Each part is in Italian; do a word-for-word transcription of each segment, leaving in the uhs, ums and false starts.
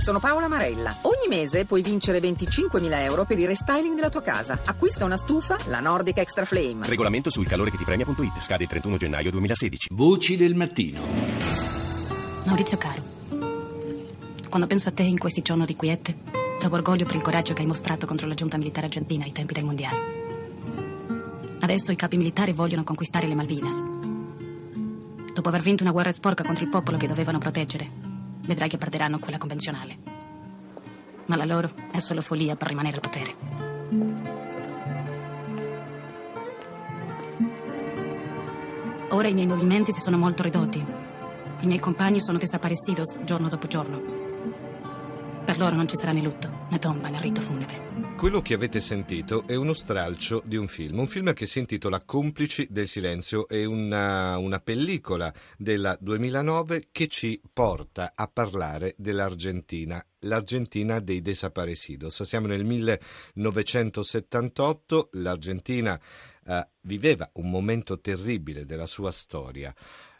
Sono Paola Marella. Ogni mese puoi vincere venticinquemila euro per il restyling della tua casa. Acquista una stufa, la Nordic Extra Flame. Regolamento sul calore che ti premia punto it. Scade il trentuno gennaio duemilasedici. Voci del mattino. Maurizio caro, quando penso a te in questi giorni di quiete, provo orgoglio per il coraggio che hai mostrato contro la giunta militare argentina ai tempi del mondiale. Adesso i capi militari vogliono conquistare le Malvinas. Dopo aver vinto una guerra sporca contro il popolo che dovevano proteggere, vedrai che perderanno quella convenzionale. Ma la loro è solo follia per rimanere al potere. Ora i miei movimenti si sono molto ridotti. I miei compagni sono desaparecidos giorno dopo giorno. Per loro non ci sarà né lutto, né tomba, né rito funebre. Quello che avete sentito è uno stralcio di un film, un film che si intitola Complici del silenzio, è una, una pellicola del duemilanove che ci porta a parlare dell'Argentina, l'Argentina dei desaparecidos. Siamo nel millenovecentosettantotto, l'Argentina eh, viveva un momento terribile della sua storia.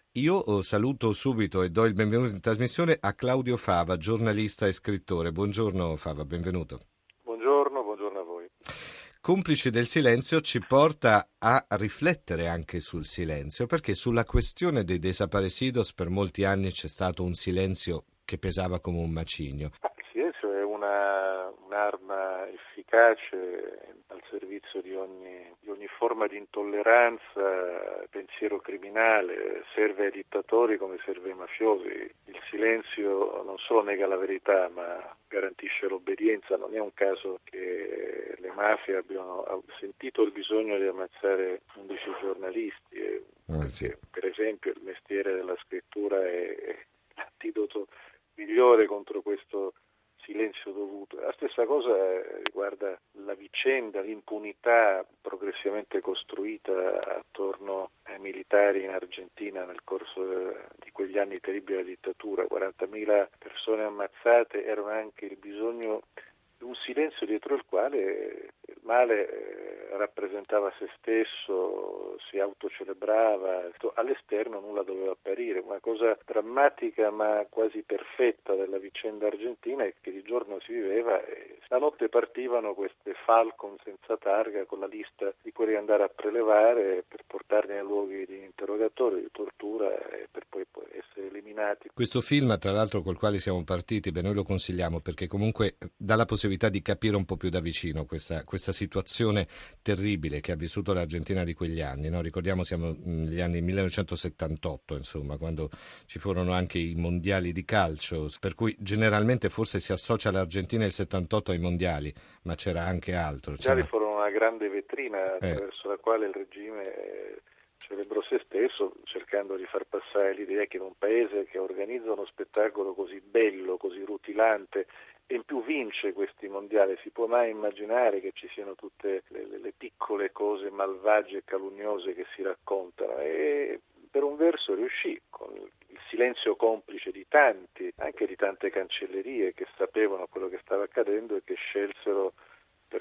Io saluto subito e do il benvenuto in trasmissione a Claudio Fava, giornalista e scrittore. Buongiorno Fava, benvenuto. Buongiorno, buongiorno a voi. Complici del silenzio ci porta a riflettere anche sul silenzio, perché sulla questione dei desaparecidos per molti anni c'è stato un silenzio che pesava come un macigno. Il silenzio è una, un'arma efficace al servizio di ogni, di ogni forma di intolleranza, pensiero criminale, serve ai dittatori come serve ai mafiosi. Il silenzio non solo nega la verità ma garantisce l'obbedienza. Non è un caso che le mafie abbiano sentito il bisogno di ammazzare undici giornalisti. E oh, sì. Per esempio il mestiere della scrittura è, è l'antidoto migliore contro questo silenzio dovuto. La stessa cosa riguarda la vicenda, l'impunità progressivamente costruita attorno ai militari in Argentina nel corso di quegli anni terribili della dittatura. quarantamila persone ammazzate, erano anche il bisogno di un silenzio dietro il quale il male rappresentava se stesso, si autocelebrava, all'esterno nulla doveva apparire. Una cosa drammatica ma quasi perfetta della vicenda argentina è che di giorno si viveva e la notte partivano queste Falcon senza targa con la lista di quelli da andare a prelevare per portarli nei luoghi di interrogatorio, di tortura e per poi essere eliminati. Questo film, tra l'altro, col quale siamo partiti, beh, noi lo consigliamo perché comunque dà la possibilità di capire un po' più da vicino questa, questa situazione terribile che ha vissuto l'Argentina di quegli anni, no? Ricordiamo, siamo negli anni millenovecentosettantotto, insomma, quando ci furono anche i mondiali di calcio, per cui generalmente forse si associa l'Argentina del settantotto ai mondiali, ma c'era anche altro. I mondiali furono una grande vetrina attraverso eh. la quale il regime celebrò se stesso, cercando di far passare l'idea che in un paese che organizza uno spettacolo così bello, così rutilante e in più vince questi mondiali, si può mai immaginare che ci siano tutte le, le, le piccole cose malvagie e calunniose che si raccontano. E per un verso riuscì, con il silenzio complice di tanti, anche di tante cancellerie che sapevano quello che stava accadendo e che scelsero per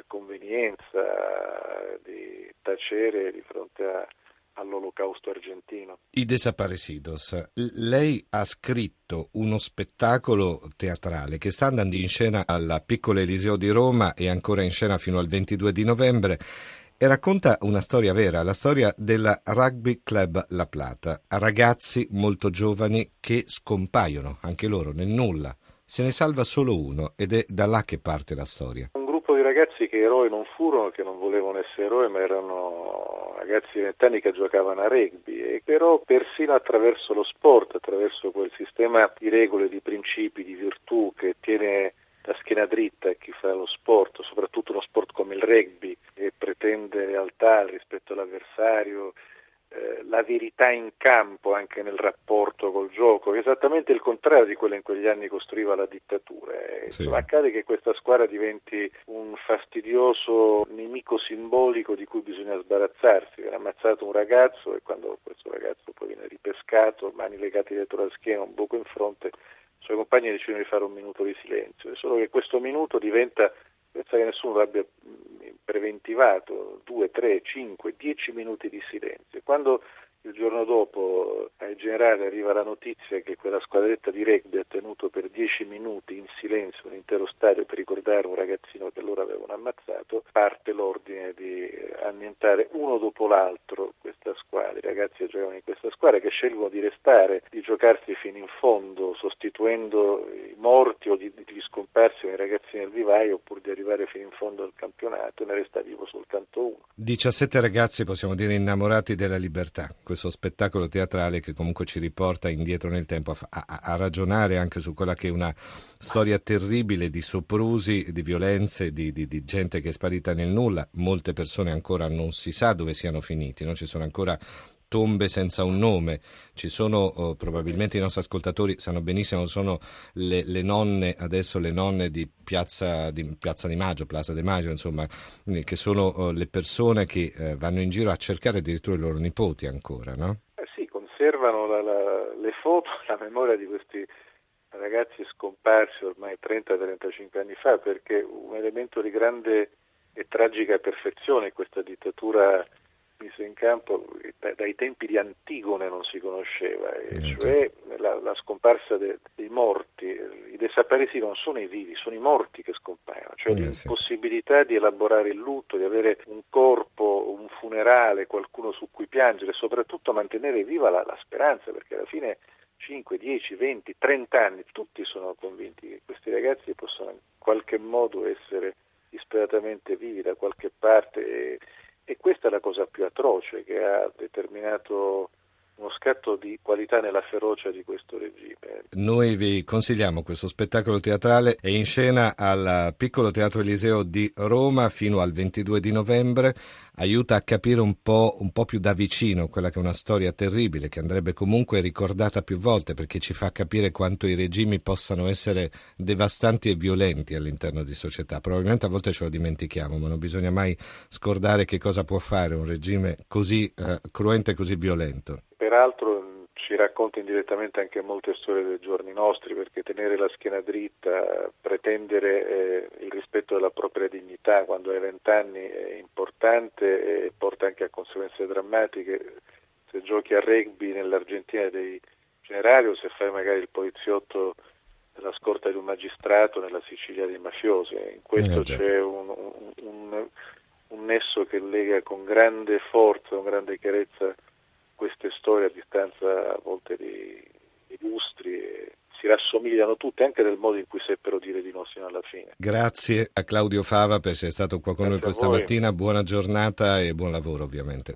convenienza di tacere di fronte a all'olocausto argentino. I desaparecidos. Lei ha scritto uno spettacolo teatrale che sta andando in scena alla Piccolo Eliseo di Roma e ancora in scena fino al ventidue di novembre e racconta una storia vera, la storia del Rugby Club La Plata, ragazzi molto giovani che scompaiono, anche loro, nel nulla. Se ne salva solo uno ed è da là che parte la storia. Un gruppo di ragazzi che eroi non furono, che non volevano essere eroi, ma erano ragazzi di vent'anni che giocavano a rugby e però persino attraverso lo sport, attraverso quel sistema di regole, di principi, di virtù che tiene la schiena dritta a chi fa lo sport, soprattutto uno sport come il rugby che pretende lealtà rispetto all'avversario, eh, la verità in campo anche nel rapporto col gioco, che è esattamente il contrario di quello in quegli anni costruiva la dittatura. E, sì. Insomma, accade che questa squadra diventi un fastidioso nemico simbolico di cui bisogna sbarazzarsi. Viene ammazzato un ragazzo e quando questo ragazzo poi viene ripescato, mani legate dietro la schiena, un buco in fronte, i suoi compagni decidono di fare un minuto di silenzio. È solo che questo minuto diventa, senza che nessuno l'abbia preventivato, due, tre, cinque, dieci minuti di silenzio. Quando Il giorno dopo ai generali arriva la notizia che quella squadretta di rugby ha tenuto per dieci minuti in silenzio un intero stadio per ricordare un ragazzino che loro avevano ammazzato. Parte l'ordine di annientare uno dopo l'altro questa squadra, i ragazzi che giocavano in questa squadra, che scelgono di restare, di giocarsi fino in fondo, sostituendo i morti o gli, gli scomparsi nei ragazzini del vivaio, oppure di arrivare fino in fondo al campionato, e ne resta vivo soltanto uno. diciassette ragazzi, possiamo dire, innamorati della libertà. Questo spettacolo teatrale che comunque ci riporta indietro nel tempo a, a, a ragionare anche su quella che è una storia terribile di soprusi, di violenze, di, di, di gente che è sparita nel nulla. Molte persone ancora non si sa dove siano finiti, no? Ci sono ancora tombe senza un nome, ci sono oh, probabilmente i nostri ascoltatori sanno benissimo, sono le, le nonne, adesso le nonne di Piazza di, Piazza di Maggio, Plaza de Maggio, insomma, che sono oh, le persone che eh, vanno in giro a cercare addirittura i loro nipoti ancora, no? Eh sì, conservano la, la, le foto, la memoria di questi ragazzi scomparsi ormai trenta trentacinque anni fa, perché un elemento di grande e tragica perfezione questa dittatura mise in campo dai tempi di Antigone non si conosceva, e cioè la, la scomparsa de, dei morti. I desaparesi non sono i vivi, sono i morti che scompaiono, cioè eh, l'impossibilità sì. di elaborare il lutto, di avere un corpo, un funerale, qualcuno su cui piangere, e soprattutto mantenere viva la, la speranza, perché alla fine cinque, dieci, venti, trenta anni tutti sono convinti che questi ragazzi possano in qualche modo essere disperatamente vivi da qualche parte, e, e questa è la cosa più atroce che ha determinato uno scatto di qualità nella ferocia di questo regime. Noi vi consigliamo questo spettacolo teatrale, è in scena al Piccolo Teatro Eliseo di Roma fino al ventidue di novembre, aiuta a capire un po', un po' più da vicino quella che è una storia terribile, che andrebbe comunque ricordata più volte, perché ci fa capire quanto i regimi possano essere devastanti e violenti all'interno di società. Probabilmente a volte ce lo dimentichiamo, ma non bisogna mai scordare che cosa può fare un regime così eh, cruento e così violento. Peraltro ci racconta indirettamente anche molte storie dei giorni nostri, perché tenere la schiena dritta, pretendere eh, il rispetto della propria dignità quando hai vent'anni è importante e porta anche a conseguenze drammatiche. Se giochi a rugby nell'Argentina dei generali, o se fai magari il poliziotto della scorta di un magistrato nella Sicilia dei mafiosi, in questo eh, c'è un, un, un, un nesso che lega con grande forza, con grande chiarezza queste storie a distanza a volte di, di lustri, e si rassomigliano tutte anche nel modo in cui seppero dire di no sino alla fine. Grazie a Claudio Fava per essere stato qua con Grazie noi questa mattina, buona giornata e buon lavoro ovviamente.